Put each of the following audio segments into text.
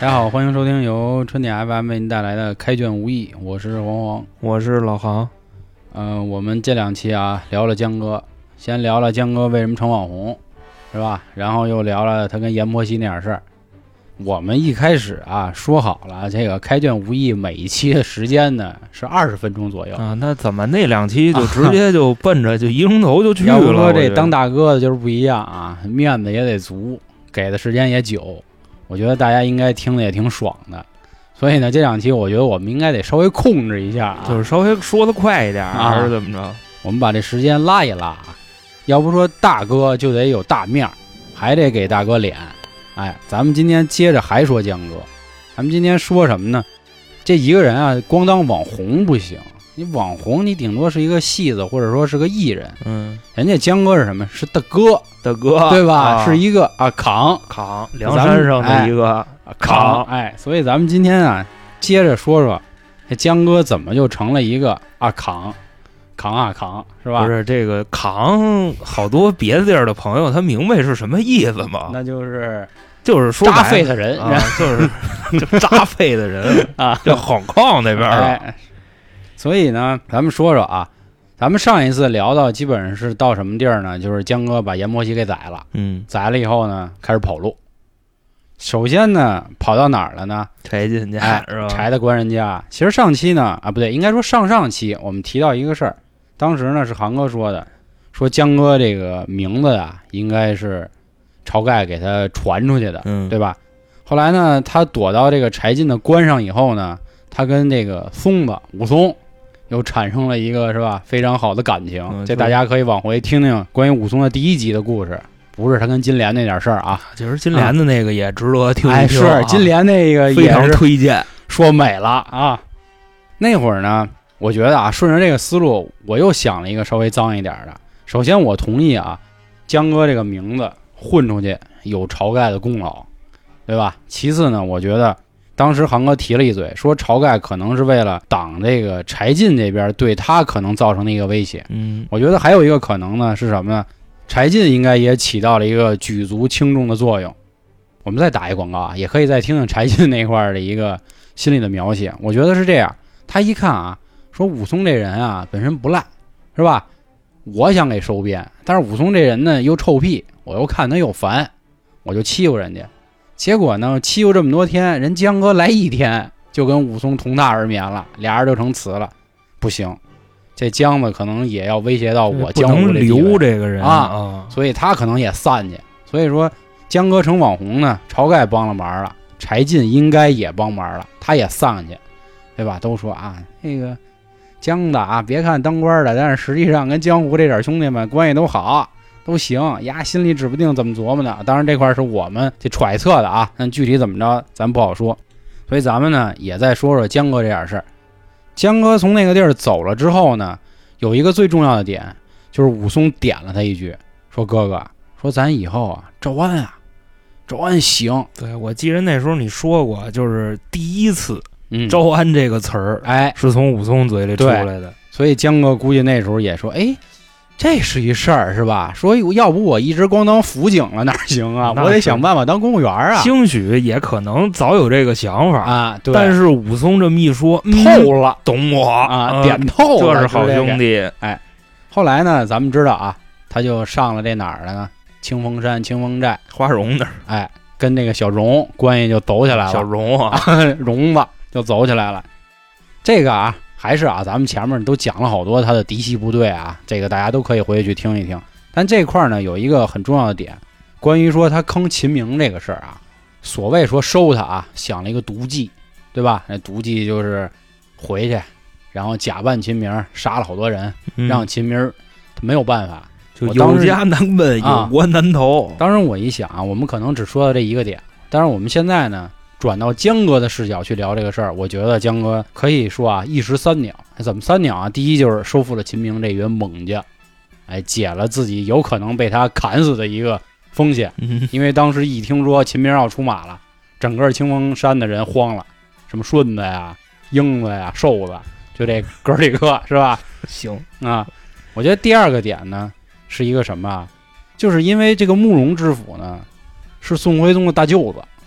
大家好，欢迎收听由春点 FM 为您带来的开卷无益，我是黄黄， 我是老航。 我们这两期啊聊了江哥，先聊了江哥为什么成网红，是吧？然后又聊了他跟阎婆惜那点事儿。我们一开始啊说好了，这个开卷无益每一期的时间呢是20分钟左右啊。那怎么那两期就直接就奔着就一钟头就去了？ 要不说这当大哥的就是不一样啊，面子也得足，给的时间也久。我觉得大家应该听的也挺爽的，所以呢，这两期我觉得我们应该得稍微控制一下啊， 就是稍微说的快一点，还是怎么着？ 我们把这时间拉一拉，要不说大哥就得有大面，还得给大哥脸。哎，咱们今天接着还说江哥，咱们今天说什么呢？这一个人啊，光当网红不行，你网红你顶多是一个戏子，或者说是个艺人。人家江哥是什么？是大哥。 大哥， 对吧？是一个扛梁山上的一个扛， 所以咱们今天啊，接着说说这江哥怎么就成了一个扛，是吧？ 不是这个扛，好多别的地儿的朋友他明白是什么意思吗？ 那就是说扎废的人， 就扎废的人啊， 就honKong那边的。 所以呢，咱们说说啊。咱们上一次聊到基本上是到什么地儿呢？就是江哥把阎婆惜给宰了，宰了以后呢，开始跑路。首先呢，跑到哪儿了呢？ 柴进家，是吧？ 柴的官人家。其实上期呢，不对，应该说上期我们提到一个事儿，当时呢是航哥说的，说江哥这个名字啊，应该是晁盖给他传出去的，对吧？后来呢，他躲到这个柴进的官上以后呢，他跟这个松子武松。又产生了一个是吧非常好的感情，这大家可以往回听听关于武松的第一集的故事，不是他跟金莲那点事儿啊。 其实金莲的那个也值得听一听， 是金莲那个非常推荐， 说美了啊。那会儿呢，我觉得啊，顺着这个思路，我又想了一个稍微脏一点的。首先，我同意啊，江哥这个名字混出去有晁盖的功劳，对吧？其次呢，我觉得。当时航哥提了一嘴，说晁盖可能是为了挡这个柴进这边对他可能造成的一个威胁。我觉得还有一个可能呢是什么呢？柴进应该也起到了一个举足轻重的作用。我们再打一广告啊，也可以再听听柴进那块的一个心理的描写。我觉得是这样，他一看啊，说武松这人啊本身不赖，是吧？我想给收编，但是武松这人呢又臭屁，我又看他又烦，我就欺负人家。结果呢，欺负这么多天，人江哥来一天就跟武松同榻而眠了，俩人就成词了。不行，这江子可能也要威胁到我江湖留这个人啊，所以他可能也散去。所以说，江哥成网红呢，晁盖帮了忙了，柴进应该也帮忙了，他也散去，对吧？都说啊，那个江子啊，别看当官的，但是实际上跟江湖这点兄弟们关系都好。都行呀，心里指不定怎么琢磨的。当然这块是我们这揣测的啊，但具体怎么着咱不好说。所以咱们呢也再说说江哥这点事儿。江哥从那个地儿走了之后呢，有一个最重要的点，就是武松点了他一句，说哥哥，说咱以后啊招安行。 对，我记得那时候你说过，就是第一次招安这个词儿，是从武松嘴里出来的。 所以江哥估计那时候也说，这是一事儿是吧？说要不我一直光当辅警了哪行啊？我得想办法当公务员啊。 兴许也可能早有这个想法啊，对。 但是武松这么一说， 透了， 懂我啊，点透了，这是好兄弟。 后来呢，咱们知道啊，他就上了这哪儿了呢？清风山、清风寨、 花荣那儿， 跟这个小荣关系就走起来了。 小荣啊， 荣子就走起来了。这个啊。还是啊，咱们前面都讲了好多他的嫡系部队啊，这个大家都可以回去听一听。但这块呢有一个很重要的点，关于说他坑秦明这个事儿啊，所谓说收他啊，想了一个毒计，对吧？那毒计就是回去，然后假扮秦明，杀了好多人，让秦明没有办法， 就有家难奔，有国难逃。 当时我一想啊，我们可能只说到这一个点，但是我们现在呢。转到江哥的视角去聊这个事儿，我觉得江哥可以说啊一石三鸟。怎么三鸟啊？第一就是收复了秦明这员猛将，解了自己有可能被他砍死的一个风险。因为当时一听说秦明要出马了，整个清风山的人慌了，什么顺子呀、英子呀、瘦子，就这哥几个是吧？ 行啊，我觉得第二个点呢是一个什么啊？就是因为这个慕容知府呢是宋徽宗的大舅子。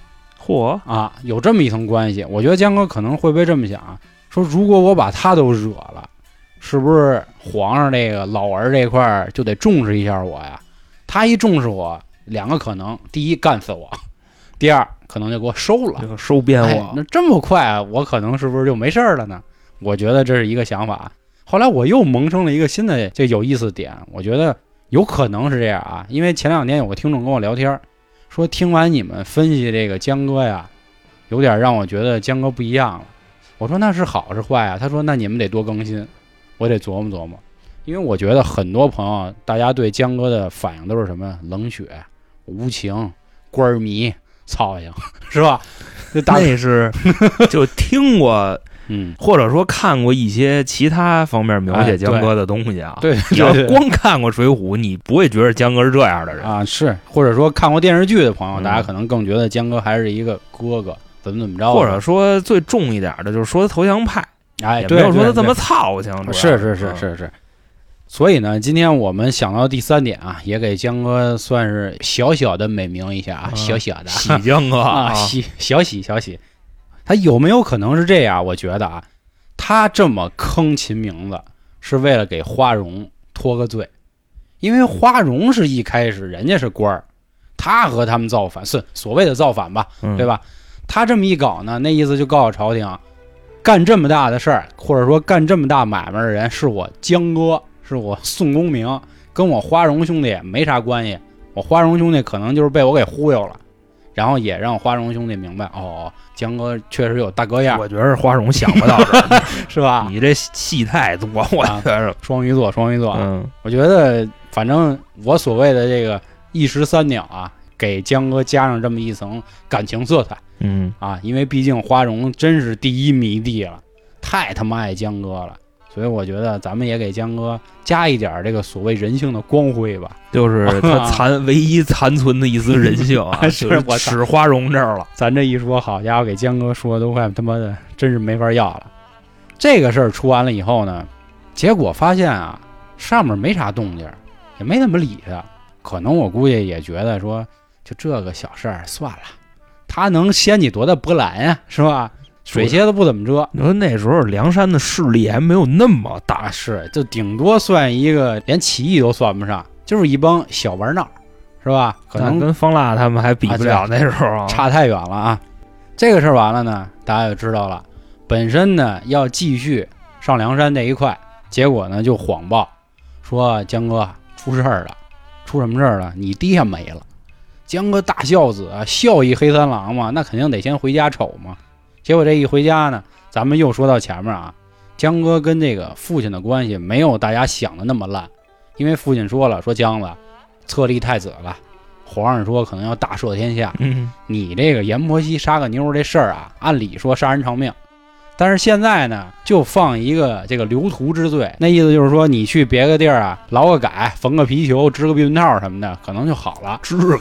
嚯啊，有这么一层关系。我觉得江哥可能会不会这么想，说如果我把他都惹了，是不是皇上这个老儿这块就得重视一下我呀？他一重视我，两个可能，第一干死我，第二可能就给我收了， 收编我。 那这么快，我可能是不是就没事了呢？我觉得这是一个想法。后来我又萌生了一个新的这有意思的点，我觉得有可能是这样啊，因为前两天有个听众跟我聊天，说听完你们分析这个江哥呀，有点让我觉得江哥不一样了。我说那是好是坏啊？他说那你们得多更新，我得琢磨琢磨。因为我觉得很多朋友大家对江哥的反应都是什么冷血、无情、官迷、操性，是吧？ 那是就听过或者说看过一些其他方面描写江哥的东西啊。 对， 你要光看过水浒，你不会觉得江哥是这样的人啊。是，或者说看过电视剧的朋友，大家可能更觉得江哥还是一个哥哥，怎么着？ 或者说最重一点的就是说投降派， 也没有说他这么操性。 是。所以呢，今天我们想到第三点啊，也给江哥算是小小的美名一下啊，小小的喜江哥啊，小喜。他有没有可能是这样？我觉得啊，他这么坑秦名字是为了给花荣脱个罪，因为花荣是一开始人家是官儿，他和他们造反，是所谓的造反吧，对吧？他这么一搞呢，那意思就告诉朝廷，干这么大的事儿，或者说干这么大买卖的人是我江哥。是我宋公明，跟我花荣兄弟没啥关系，我花荣兄弟可能就是被我给忽悠了，然后也让花荣兄弟明白，江哥确实有大哥样。 我觉得花荣想不到这是吧？ 你这戏太多，我觉得双鱼座，我觉得反正我所谓的这个一石三鸟啊，给江哥加上这么一层感情色彩，因为毕竟花荣真是第一迷弟了，太他妈爱江哥了。所以我觉得咱们也给江哥加一点这个所谓人性的光辉吧， 就是他唯一残存的一丝人性啊， 是我使花荣这儿了。 咱这一说，好家伙，给江哥说都快他妈的真是没法要了。这个事儿出完了以后呢，结果发现啊，上面没啥动静，也没怎么理他。可能我估计也觉得说，就这个小事儿算了，他能掀起多大波澜呀，是吧？水蝎子不怎么遮。 你说那时候梁山的势力还没有那么大， 是就顶多算一个连起义都算不上，就是一帮小玩闹，是吧？可能跟方腊他们还比不了，那时候差太远了啊。这个事儿完了呢，大家就知道了。本身呢要继续上梁山这一块，结果呢就谎报说江哥出事儿了，出什么事儿了？你爹没了。江哥大孝子啊，孝义黑三郎嘛，那肯定得先回家瞅嘛。结果这一回家呢，咱们又说到前面啊，江哥跟这个父亲的关系没有大家想的那么烂，因为父亲说了，说江子册立太子了，皇上说可能要大赦天下，你这个阎婆惜杀个妞这事儿啊，按理说杀人偿命，但是现在呢，就放一个这个留徒之罪，那意思就是说你去别个地儿啊，劳个改，缝个皮球，织个避孕套什么的，可能就好了， 织个，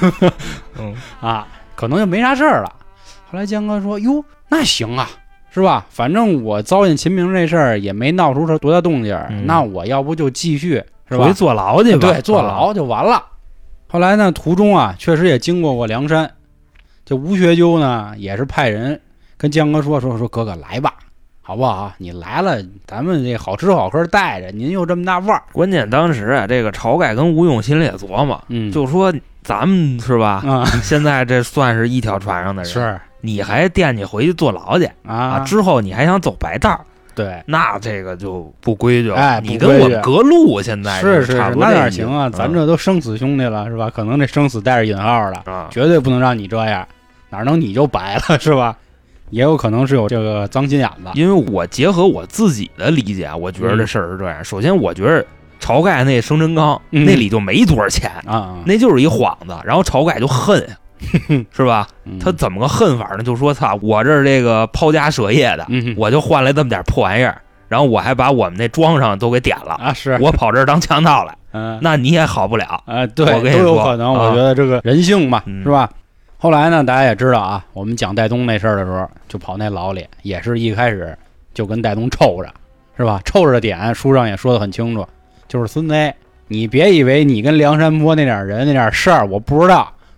可能就没啥事儿了。后来江哥说，哟，那行啊，是吧？反正我糟践秦明这事儿也没闹出多大动静，那我要不就继续是吧？ 回坐牢去吧。 对，坐牢就完了。后来呢，途中啊，确实也经过梁山，这吴学究呢也是派人跟江哥说哥哥来吧，好不好？你来了，咱们这好吃好喝带着，您又这么大腕儿。 关键当时啊，这个晁盖跟吴用心里也琢磨，就说咱们是吧？现在这算是一条船上的人， 是。 你还惦记回去坐牢去啊？之后你还想走白道， 对， 那这个就不规矩了。 哎， 你跟我们隔路，现在是那哪行啊？咱这都生死兄弟了，是吧？可能这生死带着引号的，绝对不能让你这样，哪能你就白了，是吧？也有可能是有这个脏心眼子。 因为我结合我自己的理解，我觉得这事儿是这样。首先，我觉得晁盖那生辰纲那里就没多少钱啊， 那就是一幌子。然后晁盖就恨。是吧？他怎么个恨法呢？就说操，我这这个抛家舍业的，我就换来这么点破玩意儿，然后我还把我们那庄上都给点了啊！是我跑这儿当强盗来，那你也好不了啊！对，我跟你说都有可能。我觉得这个人性嘛，是吧？后来呢，大家也知道啊，我们讲戴宗那事儿的时候，就跑那牢里，也是一开始就跟戴宗臭着，是吧？臭着的点，书上也说得很清楚，就是孙子，你别以为你跟梁山泊那点人那点事儿我不知道。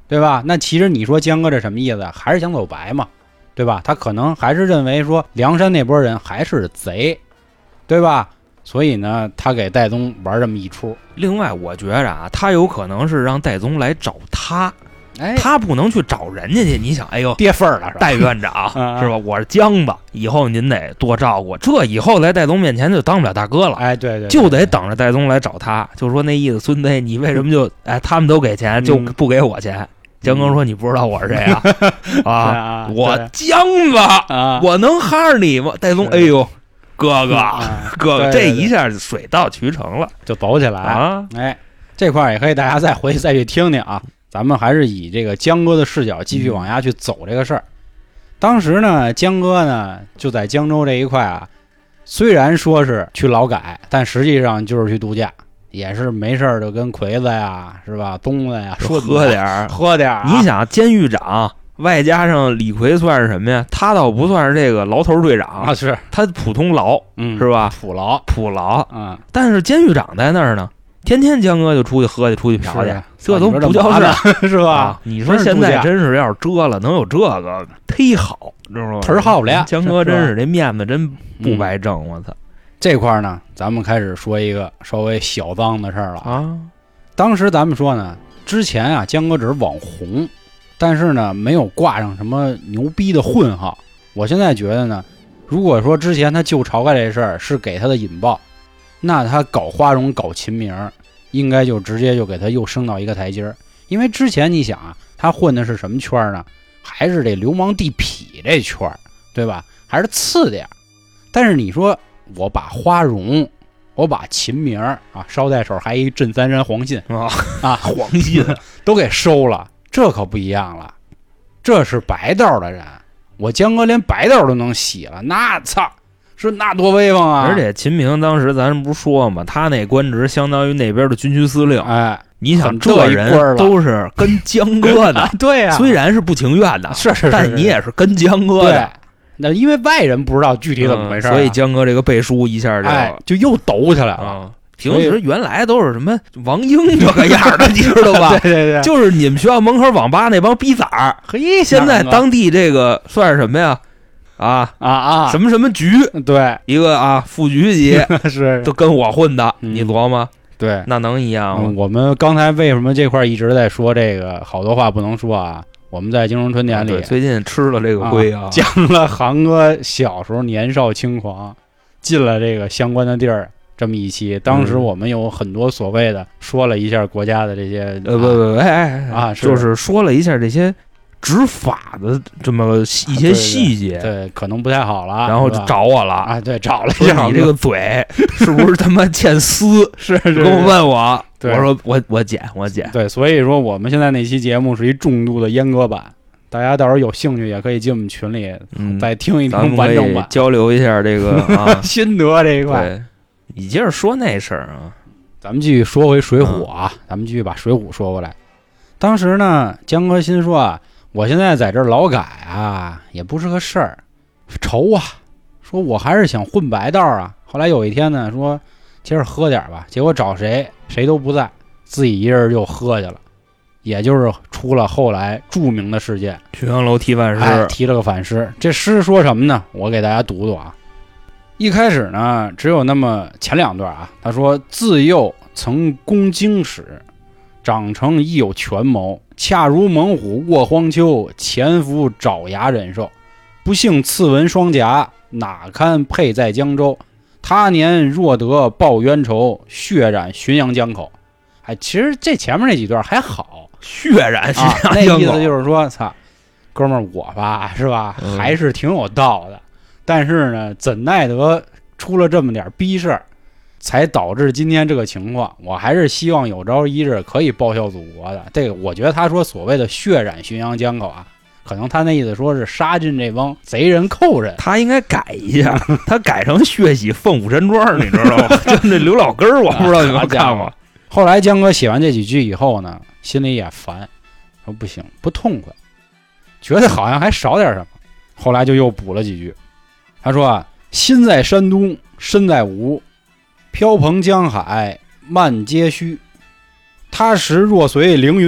对吧？那其实你说江哥这什么意思？还是想走白嘛，对吧？他可能还是认为说梁山那波人还是贼，对吧？所以呢，他给戴宗玩这么一出。 另外，我觉着啊，他有可能是让戴宗来找他， 哎， 他不能去找人家去。你想，哎呦， 跌份儿了是吧？ 戴院长是吧？我是江子，以后您得多照顾。这以后在戴宗面前就当不了大哥了。 哎，对 对， 就得等着戴宗来找他，就说那意思，孙子，你为什么就他们都给钱，就不给我钱？江哥说：“你不知道我是谁啊？啊，我江子，我能哈着你吗？”戴宗，哎呦。哥哥，这一下水到渠成了， 就走起来啊！哎，这块也可以大家回去再去听听啊。咱们还是以这个江哥的视角继续往下去走这个事儿。当时呢，江哥呢就在江州这一块啊，虽然说是去劳改，但实际上就是去度假，也是没事儿就跟魁子呀，是吧，东子呀说喝点儿。 你想，监狱长。外加上李逵算是什么呀？他倒不算是这个牢头队长啊，是他普通牢，是吧？ 普牢， 但是监狱长在那儿呢，天天江哥就出去喝去，出去嫖去，这都不叫事， 是吧？ 你说现在真是要是遮了，能有这个忒好，知道吗？ 忒好了， 江哥真是这面子真不白挣，我操！ 这块呢，咱们开始说一个稍微小脏的事儿了啊。 当时咱们说呢，之前啊，江哥只是网红。但是呢，没有挂上什么牛逼的混号。我现在觉得呢，如果说之前他救晁盖这事儿是给他的引爆，那他搞花荣、搞秦明，应该就直接就给他又升到一个台阶儿。因为之前你想啊，他混的是什么圈呢？还是这流氓地痞这圈，对吧？还是次点。但是你说我把花荣，我把秦明啊，捎带手还一镇三山黄信黄信都给收了。这可不一样了，这是白道的人，我江哥连白道都能洗了，那操，是那多威风啊！ 而且秦明当时咱不是说嘛，他那官职相当于那边的军区司令， 哎， 你想这人都是跟江哥的， 对呀、 虽然是不情愿的， 是， 但你也是跟江哥的。 那因为外人不知道具体怎么回事、 所以江哥这个背书一下就又抖起来了。 平时原来都是什么王英这个样的，你知道吧？ 对， 就是你们学校门口网吧那帮逼崽儿。 嘿， 现在当地这个算是什么呀？什么什么局？ 对， 一个副局级是都跟我混的，你琢磨？ 对， 那能一样吗？ 我们刚才为什么这块一直在说这个好多话不能说啊？我们在京城春典里最近吃了这个亏讲了航哥小时候年少轻狂进了这个相关的地儿。这么一期，当时我们有很多所谓的说了一下国家的这些就是说了一下这些执法的这么一些细节， 对，可能不太好了， 然后就找我了啊，对，找了一下， 你这个嘴是不是他妈欠丝？ 是跟我问我，我说我剪， 对，所以说我们现在那期节目是一重度的阉割版。大家到时候有兴趣也可以进我们群里再听一听完整版， 交流一下这个心得这一块。 对，你接着说那事儿啊， 咱们继续说回水浒啊，咱们继续把水浒说过来。当时呢，江哥心说啊，我现在在这儿劳改啊，也不是个事儿，愁啊，说我还是想混白道啊。后来有一天呢，说接着喝点吧，结果找谁都不在，自己一人就喝去了。也就是出了后来著名的事件， 曲阳楼提反诗， 提了个反诗。这诗说什么呢？我给大家读读啊。一开始呢，只有那么前两段啊。他说：“自幼曾攻经史，长成亦有权谋，恰如猛虎卧荒丘，潜伏爪牙忍受。不幸刺纹双颊，哪堪配在江州？他年若得报冤仇，血染浔阳江口。”哎，其实这前面那几段还好， 血染浔阳江口， 那意思就是说，操，哥们儿我吧，是吧，还是挺有道的。但是呢，怎奈得出了这么点逼事儿，才导致今天这个情况。我还是希望有朝一日可以报效祖国的。这个我觉得他说所谓的血染浔阳江口啊，可能他那意思说是杀尽这帮贼人寇人。 他应该改一下，他改成血洗凤舞山庄，你知道吗？就那刘老根儿，我不知道你们看过。 后来江哥写完这几句以后呢，心里也烦，说不行，不痛快，觉得好像还少点什么。后来就又补了几句，他说啊，心在山东，身在吴，飘蓬江海漫皆虚，他时若随凌云志，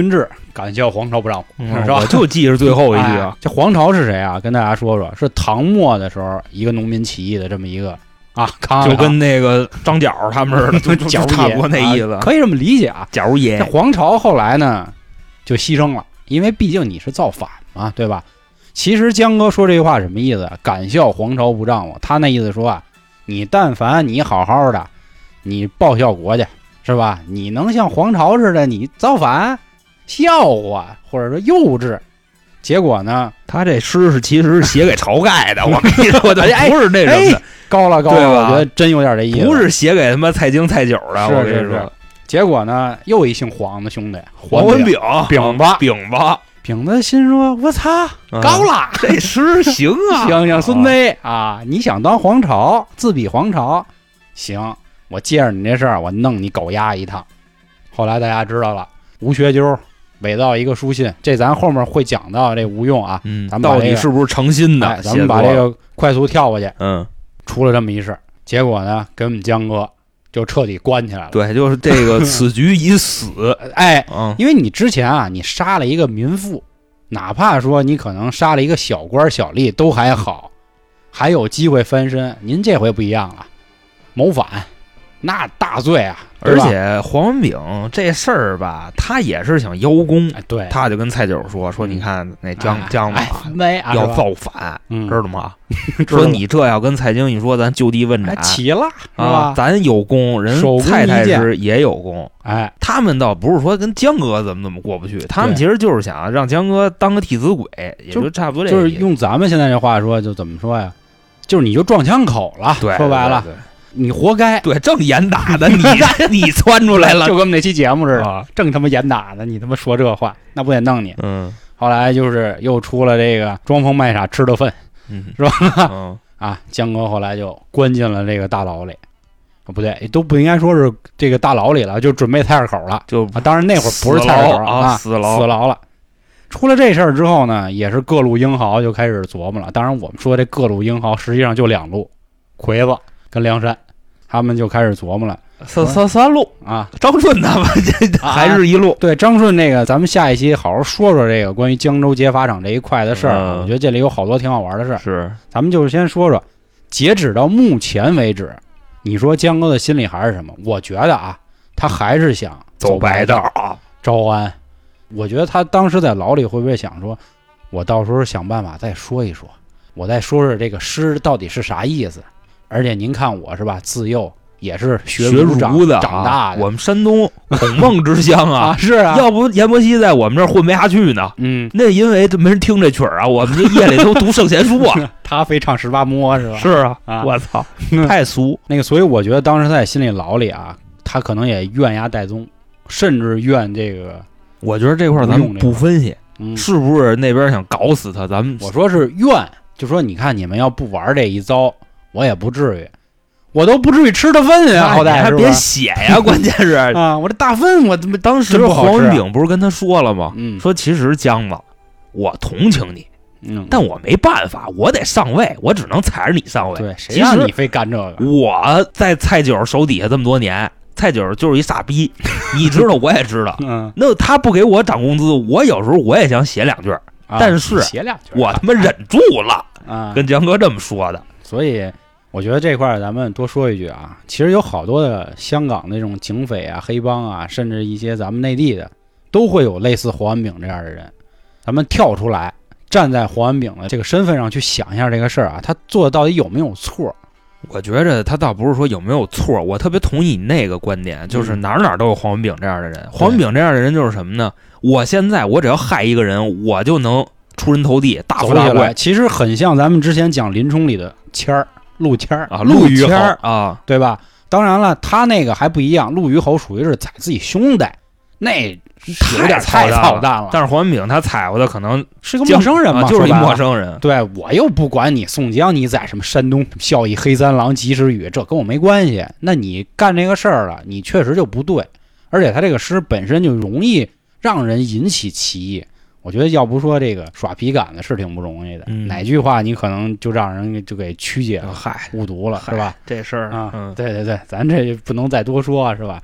敢笑黄巢不让步，是吧？ 我就记着最后一句啊。 这黄巢是谁啊？跟大家说说，是唐末的时候一个农民起义的这么一个啊， 就跟那个张角他们似的，就差不多那意思， 可以这么理解啊。 角爷， 这黄巢后来呢就牺牲了，因为毕竟你是造反嘛，对吧？其实江哥说这句话什么意思？敢笑黄巢不让我，他那意思说啊，你但凡你好好的，你报效国家，是吧？你能像黄巢似的，你造反，笑话或者说幼稚。结果呢， 他这诗是其实是写给晁盖的，我跟你说的，不是那什么的， 高了，我觉得真有点这意思， 不是写给他妈蔡京蔡九的，我跟你说。 结果呢，又一姓黄的兄弟黄文炳， 丙子心说：“我操，高了， 这诗行啊， 行，孙子啊，你想当黄巢，自比黄巢，行，我借着你这事儿，我弄你狗丫一趟。”后来大家知道了，吴学究伪造一个书信，这咱后面会讲到这吴用啊，咱们到底是不是诚心的？ 咱们把这个快速跳过去，出了这么一事，结果呢，给我们江哥就彻底关起来了。 对，就是这个此局已死。 因为你之前啊，你杀了一个民妇，哪怕说你可能杀了一个小官小吏都还好，还有机会翻身。您这回不一样了，谋反，那大罪啊！ 而且黄文炳这事儿吧，他也是想邀功， 对， 他就跟蔡九说，你看那江子要造反，知道吗？说你这要跟蔡京一说，咱就地问斩， 齐了啊，咱有功，人蔡太师也有功，他们倒不是说跟江哥怎么过不去，他们其实就是想让江哥当个替死鬼，也就差不多这就是用咱们现在这话说，就怎么说呀？就是你就撞枪口了，说白了。你活该， 对，正严打的你窜出来了， 就跟我们那期节目似的，正他妈严打的，你他妈说这话，那不得弄你？后来就是又出了这个装疯卖傻吃的粪，是吧？江哥后来就关进了这个大牢里，不对，都不应该说是这个大牢里了，就准备菜市口了，当然那会儿不是菜市口啊，死牢了。出了这事儿之后呢，也是各路英豪就开始琢磨了。当然，我们说这各路英豪实际上就两路，魁子跟梁山，他们就开始琢磨了。 三路啊， 张顺他们还是一路。 对，张顺这个，咱们下一期好好说说这个关于江州劫法场这一块的事儿。我觉得这里有好多挺好玩的事儿。 是， 咱们就先说说，截止到目前为止，你说江哥的心里还是什么？我觉得啊，他还是想走白道， 招安。我觉得他当时在牢里会不会想说，我到时候想办法再说一说，我再说说这个诗到底是啥意思。而且您看我是吧，自幼也是学儒的长大的， 我们山东孔孟之乡啊， 是啊， 要不阎婆惜在我们这儿混不下去呢。那因为没人听这曲儿啊，我们这夜里都读圣贤书啊。 他非唱18摸是吧？ 是啊，我操，太俗。 那个，所以我觉得当时他在心里牢里啊，他可能也怨压戴宗，甚至怨这个。 我觉得这块咱们不分析，是不是那边想搞死他？咱们我说是怨，就说你看你们要不玩这一遭，我也不至于。我都不至于吃的粪啊，好歹还别写呀，关键是啊，我这大粪我当时黄文炳不是跟他说了吗？说其实江子，我同情你，但我没办法，我得上位，我只能踩着你上位。 对，谁让你非干这个？ 我在蔡九手底下这么多年，蔡九就是一傻逼，你知道，我也知道。那他不给我涨工资，我有时候我也想写两句，但是写两句， 我他妈忍住了，跟江哥这么说的， 所以。我觉得这块咱们多说一句啊，其实有好多的香港那种警匪啊、黑帮啊，甚至一些咱们内地的，都会有类似黄文炳这样的人。咱们跳出来，站在黄文炳的这个身份上去想一下这个事儿啊，他做的到底有没有错？ 我觉着他倒不是说有没有错，我特别同意你那个观点，就是哪哪都有黄文炳这样的人。黄文炳这样的人就是什么呢？我现在我只要害一个人，我就能出人头地、大富大贵。 其实很像咱们之前讲林冲里的谦儿。陆谦儿啊， 陆虞侯啊， 对吧？当然了，他那个还不一样，陆虞侯属于是踩自己兄弟，那有点太操蛋了。 但是黄文炳他踩过的可能是个陌生人嘛， 就是一陌生人。 对，我又不管你宋江你在什么山东效益黑三郎及时雨，这跟我没关系。那你干这个事儿了，你确实就不对，而且他这个诗本身就容易让人引起歧义。我觉得要不说这个耍皮杆子是挺不容易的，哪句话你可能就让人就给曲解了、误读了，是吧？ 这事儿啊，对对对，咱这不能再多说，是吧？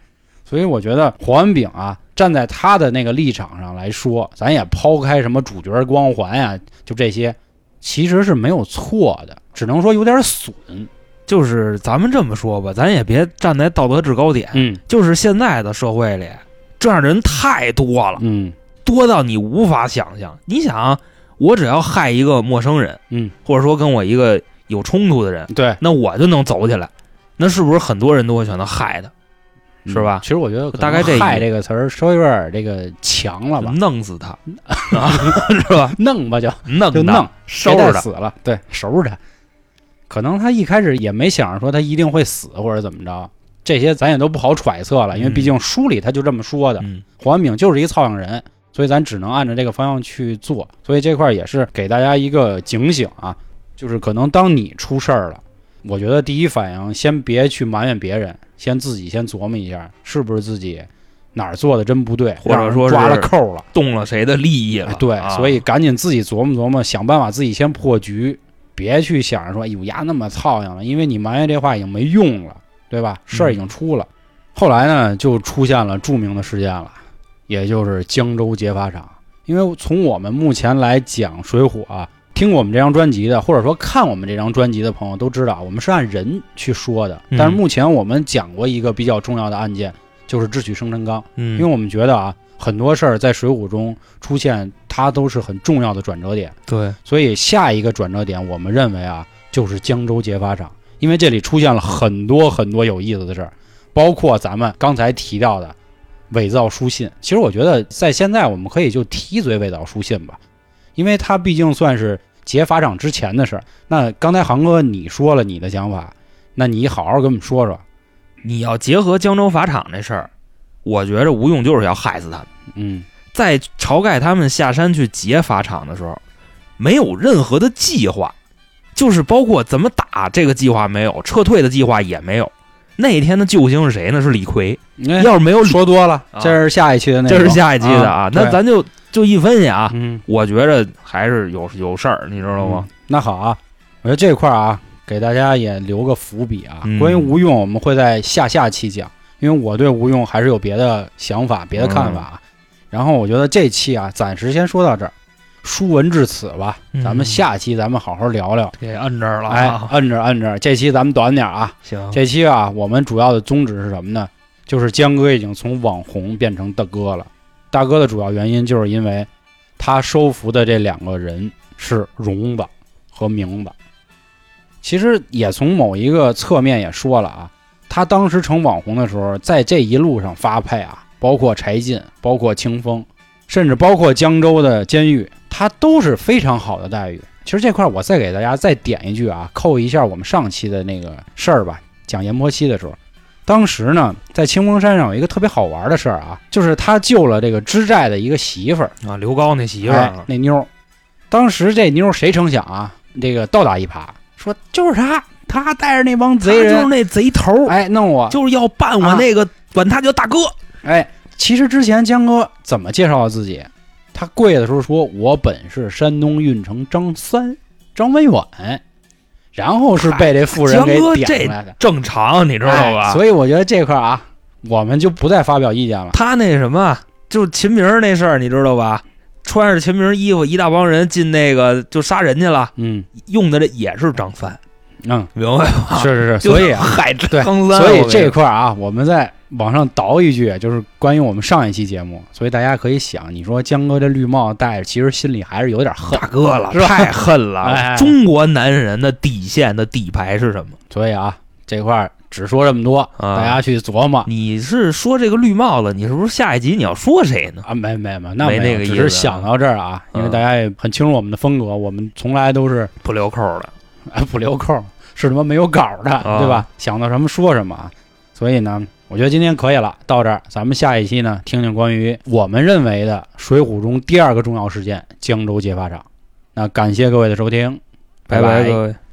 所以我觉得黄文炳啊，站在他的那个立场上来说，咱也抛开什么主角光环呀，就这些，其实是没有错的，只能说有点损。 就是咱们这么说吧，咱也别站在道德制高点。就是现在的社会里，这样的人太多了，多到你无法想象。你想，我只要害一个陌生人，或者说跟我一个有冲突的人， 对， 那我就能走起来。那是不是很多人都会选择害他？是吧？ 其实我觉得大概这害这个词儿稍微有点这个强了吧， 弄死他，是吧？ 弄吧就弄，收拾他死了，对，收拾他。可能他一开始也没想着说他一定会死或者怎么着，这些咱也都不好揣测了，因为毕竟书里他就这么说的。黄文炳就是一操养人，所以咱只能按照这个方向去做。所以这块也是给大家一个警醒啊，就是可能当你出事儿了，我觉得第一反应先别去埋怨别人，自己先琢磨一下，是不是自己哪儿做的真不对， 或者说抓了扣了， 动了谁的利益了。 对，所以赶紧自己琢磨琢磨，想办法自己先破局，别去想着说，哎呦呀那么操养了，因为你埋怨这话已经没用了，对吧？事儿已经出了。后来呢，就出现了著名的事件了，也就是江州劫法场。因为从我们目前来讲水浒啊，听过我们这张专辑的，或者说看我们这张专辑的朋友都知道，我们是按人去说的。但是目前我们讲过一个比较重要的案件，就是智取生辰纲。因为我们觉得啊，很多事儿在水浒中出现，它都是很重要的转折点。 对， 所以下一个转折点，我们认为啊，就是江州劫法场。因为这里出现了很多很多有意思的事儿，包括咱们刚才提到的伪造书信。其实我觉得在现在我们可以就提嘴伪造书信吧，因为它毕竟算是劫法场之前的事儿。那刚才航哥你说了你的想法，那你好好跟我们说说。 你要结合江州法场这事儿，我觉着吴用就是要害死他们。在晁盖他们下山去劫法场的时候，没有任何的计划，就是包括怎么打这个计划没有，撤退的计划也没有。那一天的救星是谁呢？是李逵。要是没有说多了，这是下一期的那个， 这是下一期的啊。那咱就一分析啊，我觉着还是有事儿，你知道吗？ 那好啊，我觉得这块啊，给大家也留个伏笔啊。关于吴用，我们会在下期讲，因为我对吴用还是有别的想法、别的看法。然后我觉得这期啊，暂时先说到这儿。书文至此吧，咱们下期咱们好好聊聊。 给摁这儿了， 摁着。这期咱们短点啊。 行。 这期啊，我们主要的宗旨是什么呢？就是江哥已经从网红变成大哥了。大哥的主要原因就是因为他收服的这两个人是荣子和明子。其实也从某一个侧面也说了啊，他当时成网红的时候，在这一路上发配啊，包括柴进，包括清风，甚至包括江州的监狱，他都是非常好的待遇。其实这块我再给大家再点一句啊，扣一下我们上期的那个事儿吧，讲阎婆惜的时候，当时呢在清风山上有一个特别好玩的事儿啊，就是他救了这个支寨的一个媳妇儿啊，刘高那媳妇儿、 那妞。当时这妞谁成想啊，这个倒打一耙，说就是他带着那帮贼人， 就是那贼头， 弄我， 就是要办我那个，管他叫大哥。 其实之前江哥怎么介绍自己？他跪的时候说：“我本是山东运城张文远。”然后是被这妇人给点出来的， 正常，你知道吧？ 所以我觉得这块啊，我们就不再发表意见了。 他那什么，就秦明那事儿，你知道吧？穿着秦明衣服，一大帮人进那个就杀人去了。用的这也是张三。明白吧？ 是，所以害张三。所以这块啊，我们再往上倒一句，就是关于我们上一期节目，所以大家可以想，你说江哥这绿帽戴着，其实心里还是有点恨大哥了，太恨了。中国男人的底线的底牌是什么？ 所以啊，这块只说这么多，大家去琢磨。 你是说这个绿帽子，你是不是下一集你要说谁呢？ 没，那没那个意思，只是想到这儿啊，因为大家也很清楚我们的风格，我们从来都是不留扣的。 不留扣是什么没有稿的，对吧？想到什么说什么。所以呢，我觉得今天可以了，到这儿，咱们下一期呢，听听关于我们认为的《水浒》中第二个重要事件——江州劫法场。那感谢各位的收听， 拜拜各位。